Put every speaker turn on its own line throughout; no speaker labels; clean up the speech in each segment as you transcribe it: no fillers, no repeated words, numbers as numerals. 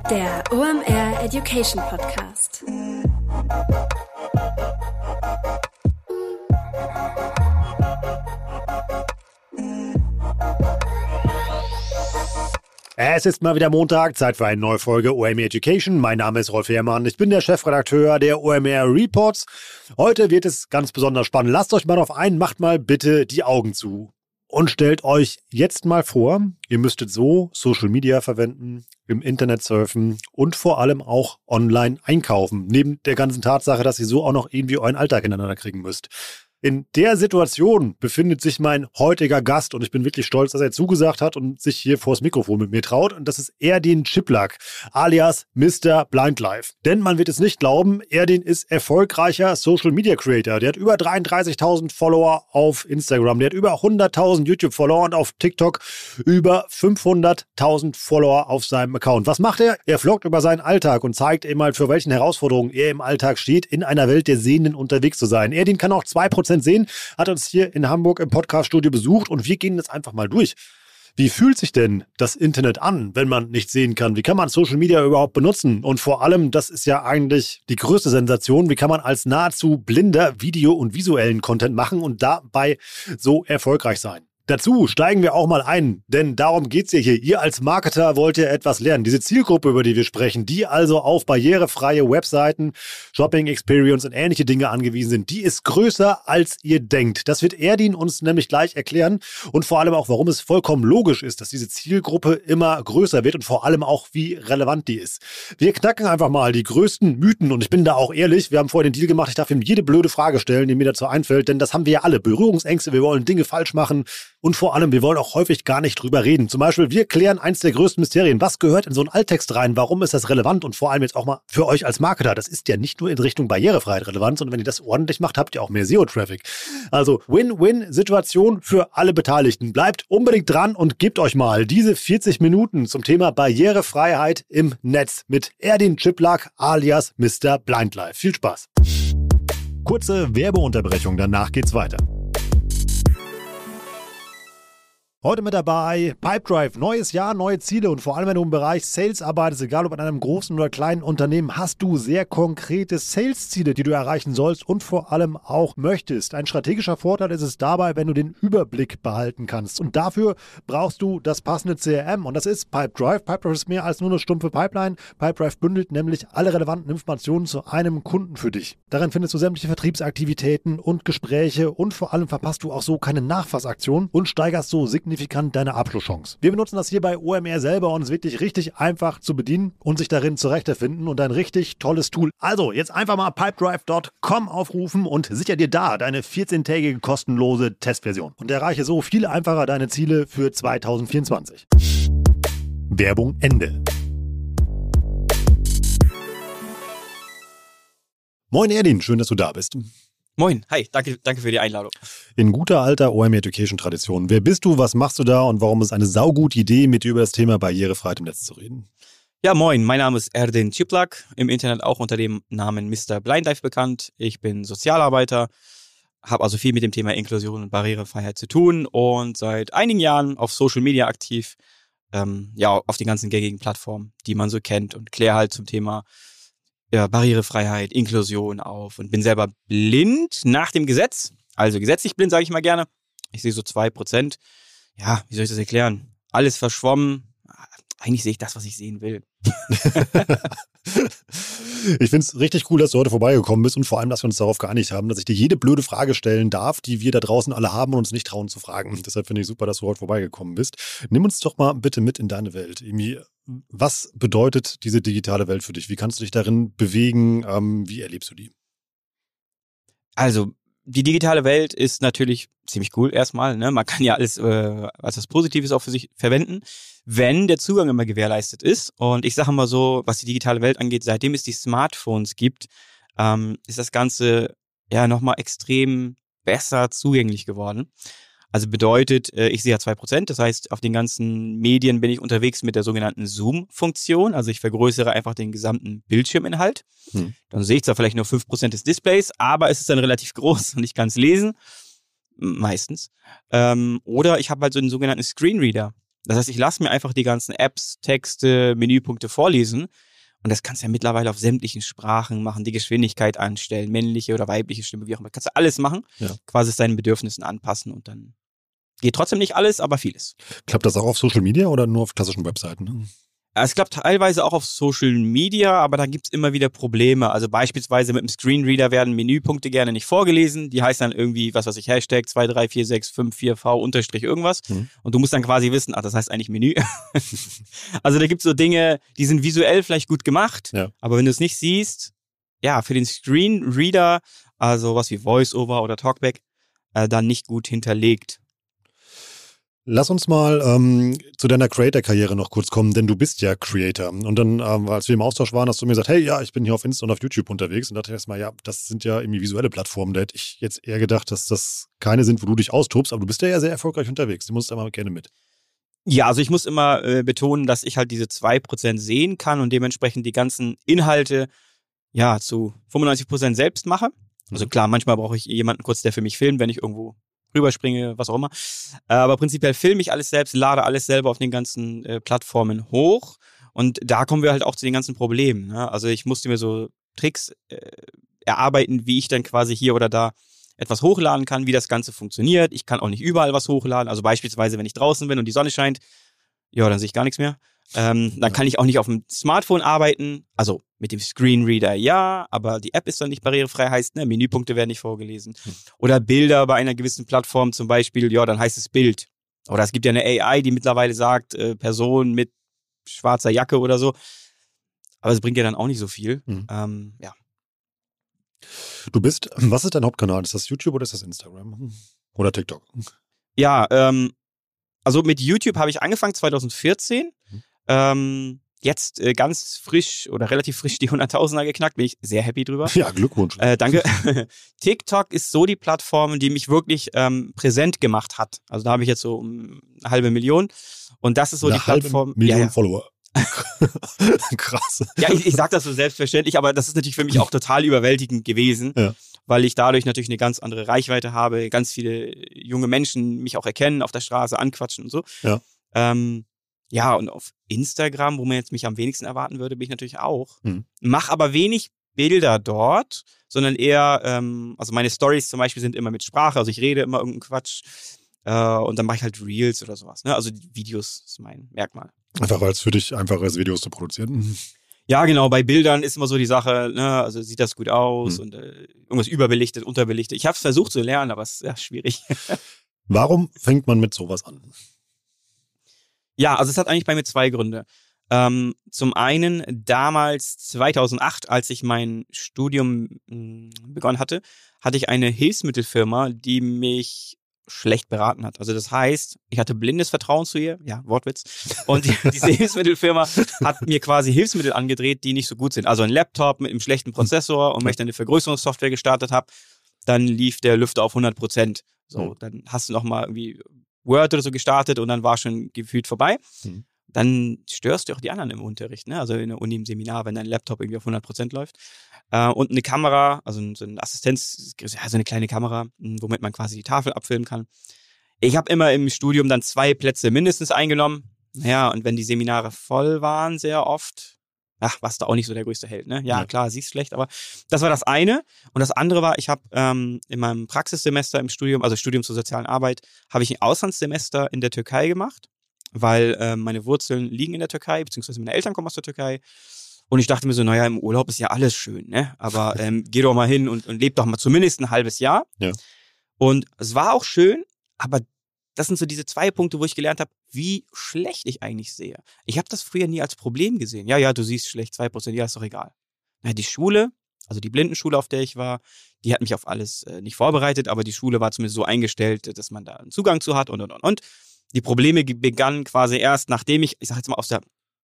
Der OMR Education Podcast.
Es ist mal wieder Montag, Zeit für eine neue Folge OMR Education. Mein Name ist Rolf Herrmann, ich bin der Chefredakteur der OMR Reports. Heute wird es ganz besonders spannend. Lasst euch mal drauf ein, macht mal bitte die Augen zu. Und stellt euch jetzt mal vor, ihr müsstet so Social Media verwenden, im Internet surfen und vor allem auch online einkaufen. Neben der ganzen Tatsache, dass ihr so auch noch irgendwie euren Alltag ineinander kriegen müsst. In der Situation befindet sich mein heutiger Gast und ich bin wirklich stolz, dass er zugesagt hat und sich hier vors Mikrofon mit mir traut. Und das ist Erdin Ciplak, alias Mr. Blind Life. Denn man wird es nicht glauben, Erdin ist erfolgreicher Social Media Creator. Der hat über 33.000 Follower auf Instagram, der hat über 100.000 YouTube-Follower und auf TikTok über 500.000 Follower auf seinem Account. Was macht er? Er vloggt über seinen Alltag und zeigt eben halt, für welchen Herausforderungen er im Alltag steht, in einer Welt der Sehenden unterwegs zu sein. Erdin kann auch 2% sehen, hat uns hier in Hamburg im Podcast-Studio besucht und wir gehen jetzt einfach mal durch. Wie fühlt sich denn das Internet an, wenn man nicht sehen kann? Wie kann man Social Media überhaupt benutzen? Und vor allem, das ist ja eigentlich die größte Sensation, wie kann man als nahezu blinder Video- und visuellen Content machen und dabei so erfolgreich sein? Dazu steigen wir auch mal ein, denn darum geht's ja hier. Ihr als Marketer wollt ja etwas lernen. Diese Zielgruppe, über die wir sprechen, die also auf barrierefreie Webseiten, Shopping Experience und ähnliche Dinge angewiesen sind, die ist größer, als ihr denkt. Das wird Erdin uns nämlich gleich erklären und vor allem auch, warum es vollkommen logisch ist, dass diese Zielgruppe immer größer wird und vor allem auch, wie relevant die ist. Wir knacken einfach mal die größten Mythen und ich bin da auch ehrlich, wir haben vorher den Deal gemacht, ich darf ihm jede blöde Frage stellen, die mir dazu einfällt, denn das haben wir ja alle. Berührungsängste, wir wollen Dinge falsch machen. Und vor allem, wir wollen auch häufig gar nicht drüber reden. Zum Beispiel, wir klären eins der größten Mysterien. Was gehört in so einen Alttext rein? Warum ist das relevant? Und vor allem jetzt auch mal für euch als Marketer. Das ist ja nicht nur in Richtung Barrierefreiheit relevant, sondern wenn ihr das ordentlich macht, habt ihr auch mehr SEO-Traffic. Also Win-Win-Situation für alle Beteiligten. Bleibt unbedingt dran und gebt euch mal diese 40 Minuten zum Thema Barrierefreiheit im Netz mit Erdin Ciplak alias Mr. Blind Life. Viel Spaß. Kurze Werbeunterbrechung, danach geht's weiter. Heute mit dabei Pipedrive, neues Jahr, neue Ziele und vor allem, wenn du im Bereich Sales arbeitest, egal ob in einem großen oder kleinen Unternehmen, hast du sehr konkrete Sales-Ziele, die du erreichen sollst und vor allem auch möchtest. Ein strategischer Vorteil ist es dabei, wenn du den Überblick behalten kannst und dafür brauchst du das passende CRM und das ist Pipedrive. Pipedrive ist mehr als nur eine stumpfe Pipeline. Pipedrive bündelt nämlich alle relevanten Informationen zu einem Kunden für dich. Darin findest du sämtliche Vertriebsaktivitäten und Gespräche und vor allem verpasst du auch so keine Nachfassaktion und steigerst so signifikant deine Abschlusschance. Wir benutzen das hier bei OMR selber und es ist wirklich richtig einfach zu bedienen und sich darin zurechtfinden und ein richtig tolles Tool. Also jetzt einfach mal pipedrive.com aufrufen und sicher dir da deine 14-tägige kostenlose Testversion und erreiche so viel einfacher deine Ziele für 2024. Werbung Ende. Moin Erdin, schön, dass du da bist.
Moin, hi, danke für die Einladung.
In guter alter OMR Education Tradition. Wer bist du, was machst du da und warum ist es eine saugute Idee, mit dir über das Thema Barrierefreiheit im Netz zu reden?
Ja, moin, mein Name ist Erdin Ciplak, im Internet auch unter dem Namen Mr. Blind Life bekannt. Ich bin Sozialarbeiter, habe also viel mit dem Thema Inklusion und Barrierefreiheit zu tun und seit einigen Jahren auf Social Media aktiv, auf den ganzen gängigen Plattformen, die man so kennt und kläre halt zum Thema Barrierefreiheit, Inklusion auf und bin selber blind nach dem Gesetz. Also gesetzlich blind, sage ich mal gerne. Ich sehe so 2%. Ja, wie soll ich das erklären? Alles verschwommen. Eigentlich sehe ich das, was ich sehen will.
Ich finde es richtig cool, dass du heute vorbeigekommen bist und vor allem, dass wir uns darauf geeinigt haben, dass ich dir jede blöde Frage stellen darf, die wir da draußen alle haben und uns nicht trauen zu fragen. Deshalb finde ich super, dass du heute vorbeigekommen bist. Nimm uns doch mal bitte mit in deine Welt. Was bedeutet diese digitale Welt für dich? Wie kannst du dich darin bewegen? Wie erlebst du die?
Also, die digitale Welt ist natürlich ziemlich cool erstmal. Ne? Man kann ja alles als was Positives auch für sich verwenden, wenn der Zugang immer gewährleistet ist. Und ich sage mal so, was die digitale Welt angeht, seitdem es die Smartphones gibt, ist das Ganze ja nochmal extrem besser zugänglich geworden. Also bedeutet, ich sehe ja 2%, das heißt, auf den ganzen Medien bin ich unterwegs mit der sogenannten Zoom-Funktion, also ich vergrößere einfach den gesamten Bildschirminhalt. Dann sehe ich zwar vielleicht nur 5% des Displays, aber es ist dann relativ groß und ich kann es lesen, meistens. Oder ich habe halt so einen sogenannten Screenreader. Das heißt, ich lasse mir einfach die ganzen Apps, Texte, Menüpunkte vorlesen. Und das kannst du ja mittlerweile auf sämtlichen Sprachen machen, die Geschwindigkeit anstellen, männliche oder weibliche Stimme, wie auch immer. Kannst du alles machen, quasi es deinen Bedürfnissen anpassen und dann geht trotzdem nicht alles, aber vieles.
Klappt das auch auf Social Media oder nur auf klassischen Webseiten?
Es klappt teilweise auch auf Social Media, aber da gibt's immer wieder Probleme. Also beispielsweise mit dem Screenreader werden Menüpunkte gerne nicht vorgelesen. Die heißen dann irgendwie, was weiß ich, Hashtag 2346554V unterstrich irgendwas. Und du musst dann quasi wissen, das heißt eigentlich Menü. Also da gibt's so Dinge, die sind visuell vielleicht gut gemacht, aber wenn du es nicht siehst, für den Screenreader, also was wie VoiceOver oder Talkback, dann nicht gut hinterlegt.
Lass uns mal zu deiner Creator-Karriere noch kurz kommen, denn du bist ja Creator. Und dann, als wir im Austausch waren, hast du mir gesagt, hey, ich bin hier auf Insta und auf YouTube unterwegs. Und dachte ich erstmal, das sind ja irgendwie visuelle Plattformen. Da hätte ich jetzt eher gedacht, dass das keine sind, wo du dich austobst. Aber du bist ja sehr erfolgreich unterwegs. Du musst da mal gerne mit.
Ja, also ich muss immer betonen, dass ich halt diese 2% sehen kann und dementsprechend die ganzen Inhalte zu 95% selbst mache. Also klar, manchmal brauche ich jemanden kurz, der für mich filmt, wenn ich irgendwo rüberspringe, was auch immer. Aber prinzipiell filme ich alles selbst, lade alles selber auf den ganzen Plattformen hoch. Und da kommen wir halt auch zu den ganzen Problemen. Ne? Also ich musste mir so Tricks erarbeiten, wie ich dann quasi hier oder da etwas hochladen kann, wie das Ganze funktioniert. Ich kann auch nicht überall was hochladen. Also beispielsweise, wenn ich draußen bin und die Sonne scheint, dann sehe ich gar nichts mehr. Dann kann ich auch nicht auf dem Smartphone arbeiten. Also mit dem Screenreader aber die App ist dann nicht barrierefrei, heißt, Menüpunkte werden nicht vorgelesen. Oder Bilder bei einer gewissen Plattform zum Beispiel, dann heißt es Bild. Oder es gibt ja eine AI, die mittlerweile sagt, Person mit schwarzer Jacke oder so. Aber es bringt ja dann auch nicht so viel.
Was ist dein Hauptkanal? Ist das YouTube oder ist das Instagram? Oder TikTok?
Also mit YouTube habe ich angefangen 2014. Jetzt ganz frisch oder relativ frisch die 100.000er geknackt, bin ich sehr happy drüber.
Ja, Glückwunsch.
Danke. TikTok ist so die Plattform, die mich wirklich präsent gemacht hat. Also da habe ich jetzt so 500.000 und das ist so die Plattform.
500.000 Follower. Krass.
Ja, ich sage das so selbstverständlich, aber das ist natürlich für mich auch total überwältigend gewesen, weil ich dadurch natürlich eine ganz andere Reichweite habe, ganz viele junge Menschen mich auch erkennen, auf der Straße anquatschen und so. Und auf Instagram, wo man jetzt mich am wenigsten erwarten würde, bin ich natürlich auch. Mach aber wenig Bilder dort, sondern eher, also meine Stories zum Beispiel sind immer mit Sprache, also ich rede immer irgendeinen Quatsch und dann mache ich halt Reels oder sowas. Ne? Also Videos ist mein Merkmal.
Einfach, weil es für dich einfacher ist, Videos zu produzieren.
Ja, genau, bei Bildern ist immer so die Sache, also sieht das gut aus und irgendwas überbelichtet, unterbelichtet. Ich habe es versucht zu lernen, aber es ist schwierig.
Warum fängt man mit sowas an?
Ja, also es hat eigentlich bei mir 2 Gründe. Zum einen damals 2008, als ich mein Studium begonnen hatte, hatte ich eine Hilfsmittelfirma, die mich schlecht beraten hat. Also das heißt, ich hatte blindes Vertrauen zu ihr, Wortwitz, und diese Hilfsmittelfirma hat mir quasi Hilfsmittel angedreht, die nicht so gut sind. Also ein Laptop mit einem schlechten Prozessor und wenn ich dann eine Vergrößerungssoftware gestartet habe, dann lief der Lüfter auf 100%. So, dann hast du nochmal irgendwie Word oder so gestartet und dann war schon gefühlt vorbei. Dann störst du auch die anderen im Unterricht, ne? Also in der Uni im Seminar, wenn dein Laptop irgendwie auf 100% läuft. Und eine Kamera, also so eine Assistenz, so eine kleine Kamera, womit man quasi die Tafel abfilmen kann. Ich habe immer im Studium dann 2 Plätze mindestens eingenommen. Ja, und wenn die Seminare voll waren, sehr oft, warst du auch nicht so der größte Held, ne? Ja, klar, siehst schlecht, aber das war das eine. Und das andere war, ich habe in meinem Praxissemester im Studium, also Studium zur sozialen Arbeit, habe ich ein Auslandssemester in der Türkei gemacht, weil meine Wurzeln liegen in der Türkei, beziehungsweise meine Eltern kommen aus der Türkei. Und ich dachte mir so, im Urlaub ist ja alles schön, ne? Aber geh doch mal hin und leb doch mal zumindest ein halbes Jahr.
Ja.
Und es war auch schön, aber das sind so diese 2 Punkte, wo ich gelernt habe, wie schlecht ich eigentlich sehe. Ich habe das früher nie als Problem gesehen. Ja, du siehst schlecht, 2%, ist doch egal. Die Schule, also die Blindenschule, auf der ich war, die hat mich auf alles nicht vorbereitet, aber die Schule war zumindest so eingestellt, dass man da einen Zugang zu hat und. Die Probleme begannen quasi erst, nachdem ich sag jetzt mal, aus der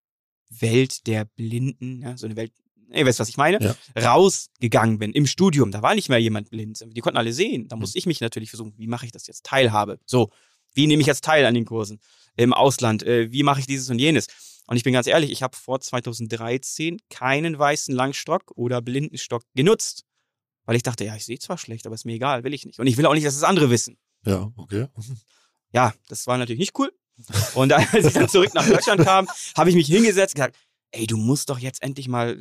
Welt der Blinden, so eine Welt, ihr wisst, was ich meine, rausgegangen bin im Studium. Da war nicht mehr jemand blind. Die konnten alle sehen. Da musste ich mich natürlich versuchen, wie mache ich das jetzt? Teilhabe. So, wie nehme ich jetzt teil an den Kursen im Ausland? Wie mache ich dieses und jenes? Und ich bin ganz ehrlich, ich habe vor 2013 keinen weißen Langstock oder Blindenstock genutzt. Weil ich dachte, ich sehe zwar schlecht, aber ist mir egal, will ich nicht. Und ich will auch nicht, dass das andere wissen.
Ja, okay.
Ja, das war natürlich nicht cool. Und als ich dann zurück nach Deutschland kam, habe ich mich hingesetzt und gesagt, ey, du musst doch jetzt endlich mal,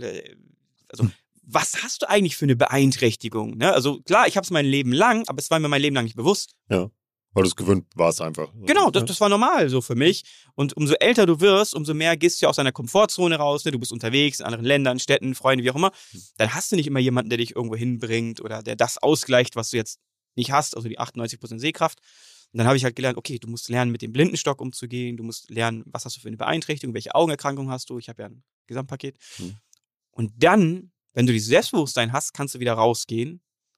was hast du eigentlich für eine Beeinträchtigung? Ne? Also klar, ich habe es mein Leben lang, aber es war mir mein Leben lang nicht bewusst.
Ja, weil du es gewöhnt warst einfach.
Genau, das war normal so für mich. Und umso älter du wirst, umso mehr gehst du ja aus deiner Komfortzone raus. Ne? Du bist unterwegs in anderen Ländern, Städten, Freunde, wie auch immer. Dann hast du nicht immer jemanden, der dich irgendwo hinbringt oder der das ausgleicht, was du jetzt nicht hast, also die 98% Sehkraft. Und dann habe ich halt gelernt, okay, du musst lernen, mit dem Blindenstock umzugehen. Du musst lernen, was hast du für eine Beeinträchtigung, welche Augenerkrankung hast du. Ich habe ja ein Gesamtpaket. Und dann, wenn du dieses Selbstbewusstsein hast, kannst du wieder rausgehen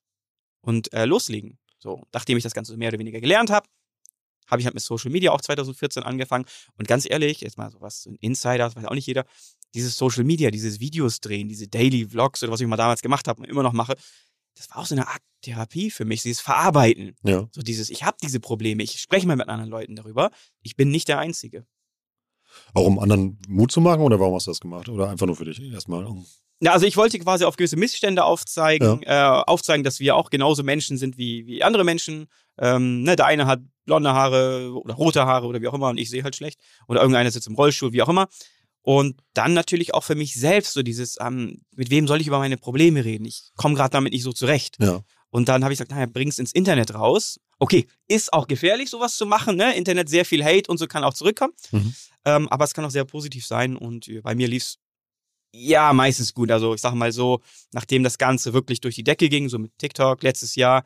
und loslegen. So, nachdem ich das Ganze mehr oder weniger gelernt habe, habe ich halt mit Social Media auch 2014 angefangen. Und ganz ehrlich, jetzt mal sowas, so ein Insider, das weiß auch nicht jeder, dieses Social Media, dieses Videos drehen, diese Daily Vlogs oder was ich mal damals gemacht habe und immer noch mache, das war auch so eine Art Therapie für mich, dieses Verarbeiten.
Ja.
So dieses, ich habe diese Probleme, ich spreche mal mit anderen Leuten darüber, ich bin nicht der Einzige.
Auch um anderen Mut zu machen oder warum hast du das gemacht? Oder einfach nur für dich erstmal?
Ja, also ich wollte quasi auf gewisse Missstände aufzeigen, aufzeigen, dass wir auch genauso Menschen sind wie andere Menschen. Der eine hat blonde Haare oder rote Haare oder wie auch immer und ich sehe halt schlecht. Oder irgendeiner sitzt im Rollstuhl, wie auch immer. Und dann natürlich auch für mich selbst so dieses, mit wem soll ich über meine Probleme reden? Ich komme gerade damit nicht so zurecht.
Ja.
Und dann habe ich gesagt, naja, bring's ins Internet raus. Okay, ist auch gefährlich, sowas zu machen, ne? Internet sehr viel Hate und so kann auch zurückkommen. Aber es kann auch sehr positiv sein und bei mir lief's ja meistens gut. Also ich sage mal so, nachdem das Ganze wirklich durch die Decke ging, so mit TikTok letztes Jahr,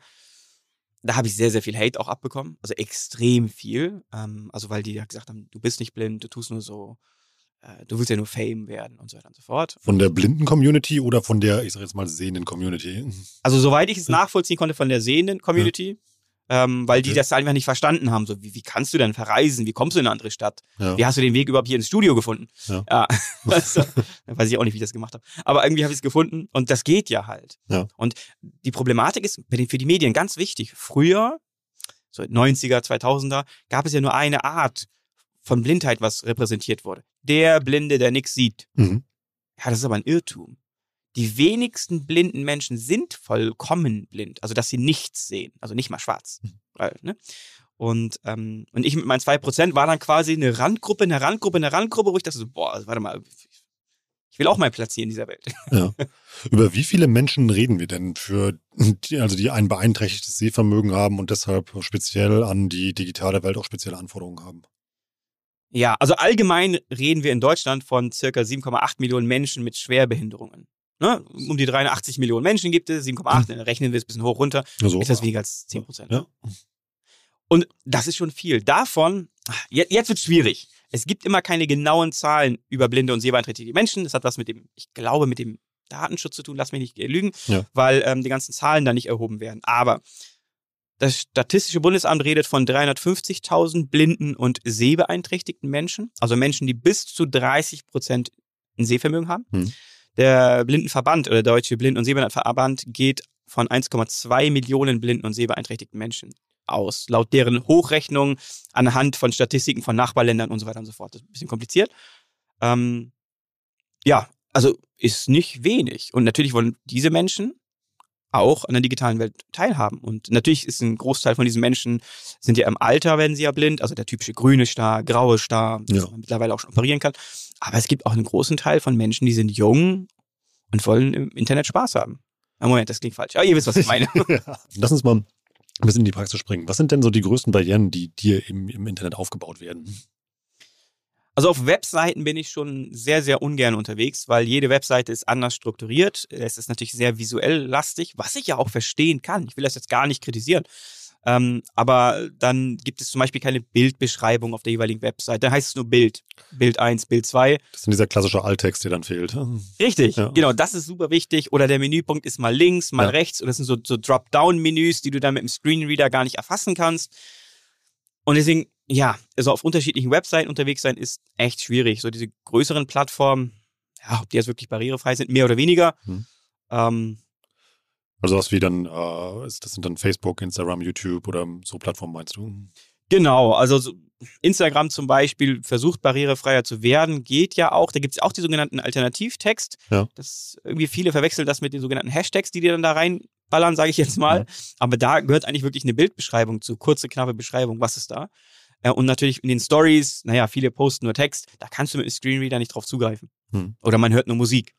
da habe ich sehr, sehr viel Hate auch abbekommen. Also extrem viel. Also weil die ja gesagt haben, du bist nicht blind, du tust nur so, du willst ja nur Fame werden und so weiter und so fort.
Von der blinden Community oder von der, ich sag jetzt mal, sehenden Community?
Also soweit ich es nachvollziehen konnte von der sehenden Community, weil die das einfach nicht verstanden haben. So, wie kannst du denn verreisen? Wie kommst du in eine andere Stadt?
Ja.
Wie hast du den Weg überhaupt hier ins Studio gefunden?
Ja.
Also, weiß ich auch nicht, wie ich das gemacht habe. Aber irgendwie habe ich es gefunden und das geht ja halt.
Ja.
Und die Problematik ist für die Medien ganz wichtig. Früher, so 90er, 2000er, gab es ja nur eine Art von Blindheit, was repräsentiert wurde. Der Blinde, der nichts sieht. Ja, das ist aber ein Irrtum. Die wenigsten blinden Menschen sind vollkommen blind. Also, dass sie nichts sehen. Also nicht mal schwarz. Ne? Und ich mit meinen 2% war dann quasi eine Randgruppe, wo ich dachte so, boah, also warte mal, ich will auch meinen Platz hier in dieser Welt.
Ja. Über wie viele Menschen reden wir denn die ein beeinträchtigtes Sehvermögen haben und deshalb speziell an die digitale Welt auch spezielle Anforderungen haben?
Ja, also allgemein reden wir in Deutschland von circa 7,8 Millionen Menschen mit Schwerbehinderungen. Ne? Um die 83 Millionen Menschen gibt es, 7,8, dann rechnen wir es ein bisschen hoch runter, ist das weniger als 10%.
Ja.
Und das ist schon viel. Davon, jetzt wird es schwierig. Es gibt immer keine genauen Zahlen über blinde und sehbeeinträchtigte Menschen. Das hat was mit dem Datenschutz zu tun, lass mich nicht lügen, weil die ganzen Zahlen da nicht erhoben werden. Aber das Statistische Bundesamt redet von 350.000 blinden und sehbeeinträchtigten Menschen, also Menschen, die bis zu 30% ein Sehvermögen haben. Der Blindenverband oder der Deutsche Blinden- und Sehbehindertenverband geht von 1,2 Millionen blinden und sehbeeinträchtigten Menschen aus, laut deren Hochrechnung anhand von Statistiken von Nachbarländern und so weiter und so fort. Das ist ein bisschen kompliziert. Also ist nicht wenig. Und natürlich wollen diese Menschen auch an der digitalen Welt teilhaben. Und natürlich ist ein Großteil von diesen Menschen, sind ja im Alter, werden sie ja blind, also der typische grüne Star, graue Star, das man mittlerweile auch schon operieren kann. Aber es gibt auch einen großen Teil von Menschen, die sind jung und wollen im Internet Spaß haben. Moment, das klingt falsch. Aber ihr wisst, was ich meine.
Lass uns mal ein bisschen in die Praxis springen. Was sind denn so die größten Barrieren, die dir im Internet aufgebaut werden?
Also auf Webseiten bin ich schon sehr, sehr ungern unterwegs, weil jede Webseite ist anders strukturiert. Es ist natürlich sehr visuell lastig, was ich ja auch verstehen kann. Ich will das jetzt gar nicht kritisieren. Aber dann gibt es zum Beispiel keine Bildbeschreibung auf der jeweiligen Webseite. Da heißt es nur Bild. Bild 1, Bild 2.
Das ist dann dieser klassische Alttext, der dann fehlt.
Richtig, genau, das ist super wichtig. Oder der Menüpunkt ist mal links, mal rechts. Oder das sind so Drop-Down-Menüs, die du dann mit dem Screenreader gar nicht erfassen kannst. Und deswegen, also auf unterschiedlichen Webseiten unterwegs sein ist echt schwierig. So diese größeren Plattformen, ob die jetzt wirklich barrierefrei sind, mehr oder weniger.
Also was wie dann, das sind dann Facebook, Instagram, YouTube oder so Plattformen, meinst du?
Genau, also so Instagram zum Beispiel versucht barrierefreier zu werden, geht ja auch. Da gibt es auch die sogenannten Alternativtext. Das irgendwie viele verwechseln das mit den sogenannten Hashtags, die dann da reinballern, sage ich jetzt mal. Aber da gehört eigentlich wirklich eine Bildbeschreibung zu, kurze, knappe Beschreibung, was ist da. Und natürlich in den Stories, naja, viele posten nur Text, da kannst du mit dem Screenreader nicht drauf zugreifen. Oder man hört nur Musik.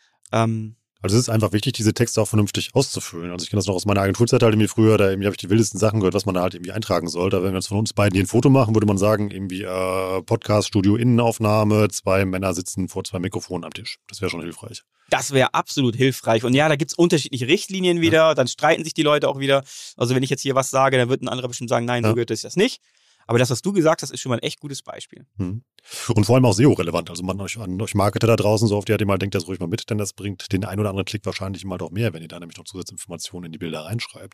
Also es ist einfach wichtig, diese Texte auch vernünftig auszufüllen. Also ich kenne das noch aus meiner Agenturzeit halt irgendwie früher, da irgendwie habe ich die wildesten Sachen gehört, was man da halt irgendwie eintragen sollte. Wenn wir jetzt von uns beiden hier ein Foto machen, würde man sagen, irgendwie Podcast, Studio, Innenaufnahme, 2 Männer sitzen vor 2 Mikrofonen am Tisch. Das wäre schon hilfreich.
Das wäre absolut hilfreich. Und ja, da gibt's unterschiedliche Richtlinien wieder, dann streiten sich die Leute auch wieder. Also wenn ich jetzt hier was sage, dann wird ein anderer bestimmt sagen, nein, so gehört das nicht. Aber das, was du gesagt hast, ist schon mal ein echt gutes Beispiel.
Und vor allem auch SEO-relevant. Also man an euch Marketer da draußen, so auf die mal denkt das ruhig mal mit, denn das bringt den ein oder anderen Klick wahrscheinlich mal doch mehr, wenn ihr da nämlich noch Zusatzinformationen in die Bilder reinschreibt.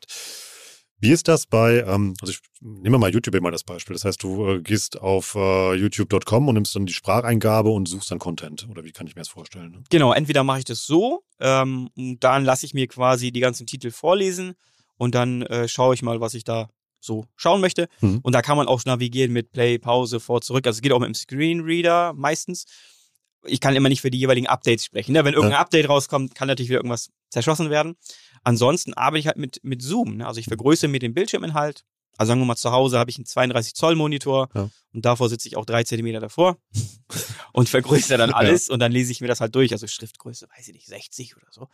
Wie ist das bei, also ich nehme mal YouTube immer das Beispiel. Das heißt, du gehst auf youtube.com und nimmst dann die Spracheingabe und suchst dann Content. Oder wie kann ich mir das vorstellen? Ne?
Genau, entweder mache ich das so, und dann lasse ich mir quasi die ganzen Titel vorlesen und dann schaue ich mal, was ich da so schauen möchte. Und da kann man auch navigieren mit Play, Pause, vor, zurück. Also es geht auch mit dem Screenreader meistens. Ich kann immer nicht für die jeweiligen Updates sprechen. Ne? Wenn irgendein Update rauskommt, kann natürlich wieder irgendwas zerschossen werden. Ansonsten arbeite ich halt mit Zoom. Ne? Also ich vergrößere mir den Bildschirminhalt. Also sagen wir mal, zu Hause habe ich einen 32 Zoll Monitor und davor sitze ich auch 3 Zentimeter davor und vergrößere dann alles und dann lese ich mir das halt durch. Also Schriftgröße, weiß ich nicht, 60 oder so.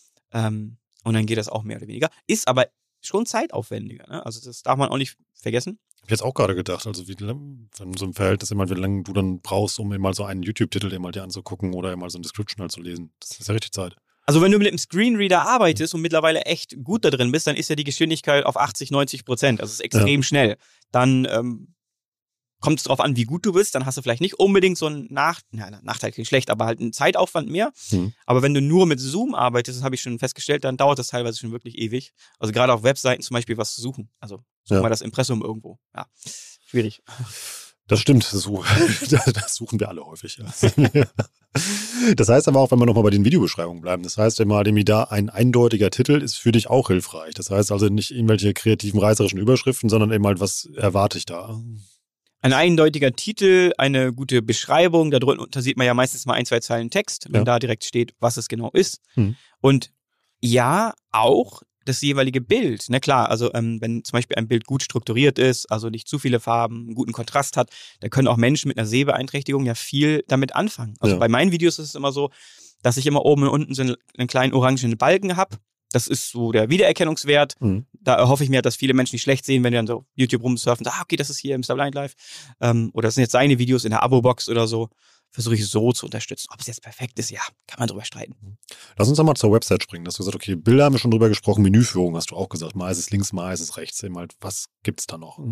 Und dann geht das auch mehr oder weniger. Ist aber schon zeitaufwendiger. Ne? Also das darf man auch nicht vergessen.
Ich habe jetzt auch gerade gedacht, also wie lange, wenn so ein Verhältnis immer, wie lange du dann brauchst, um mal so einen YouTube-Titel mal dir anzugucken oder mal so ein Description halt zu lesen. Das ist ja richtig Zeit.
Also wenn du mit dem Screenreader arbeitest und mittlerweile echt gut da drin bist, dann ist ja die Geschwindigkeit auf 80-90%. Also es ist extrem schnell. Dann kommt es darauf an, wie gut du bist. Dann hast du vielleicht nicht unbedingt so einen Nachteil, klingt schlecht, aber halt einen Zeitaufwand mehr. Aber wenn du nur mit Zoom arbeitest, das habe ich schon festgestellt, dann dauert das teilweise schon wirklich ewig. Also gerade auf Webseiten zum Beispiel was zu suchen. Also such mal das Impressum irgendwo. Ja, schwierig.
Das stimmt, das suchen wir alle häufig. Ja. Das heißt aber auch, wenn wir nochmal bei den Videobeschreibungen bleiben, das heißt immer, da ein eindeutiger Titel ist für dich auch hilfreich. Das heißt also nicht irgendwelche kreativen, reißerischen Überschriften, sondern eben halt, was erwarte ich da?
Ein eindeutiger Titel, eine gute Beschreibung, darunter sieht man ja meistens mal 1, 2 Zeilen Text, wenn da direkt steht, was es genau ist. Und ja, auch das jeweilige Bild. Na klar, also wenn zum Beispiel ein Bild gut strukturiert ist, also nicht zu viele Farben, einen guten Kontrast hat, da können auch Menschen mit einer Sehbeeinträchtigung ja viel damit anfangen. Also bei meinen Videos ist es immer so, dass ich immer oben und unten so einen kleinen orangenen Balken habe. Das ist so der Wiedererkennungswert. Da erhoffe ich mir, dass viele Menschen nicht schlecht sehen, wenn die dann so YouTube rumsurfen, sagen, okay, das ist hier Mr. Blind Live. Oder das sind jetzt seine Videos in der Abo-Box oder so. Versuche ich so zu unterstützen. Ob es jetzt perfekt ist, ja, kann man drüber streiten. Lass
uns doch mal zur Website springen. Dass du gesagt, okay, Bilder haben wir schon drüber gesprochen, Menüführung hast du auch gesagt. Mal ist es links, mal ist es rechts. Eben halt, was gibt's da noch?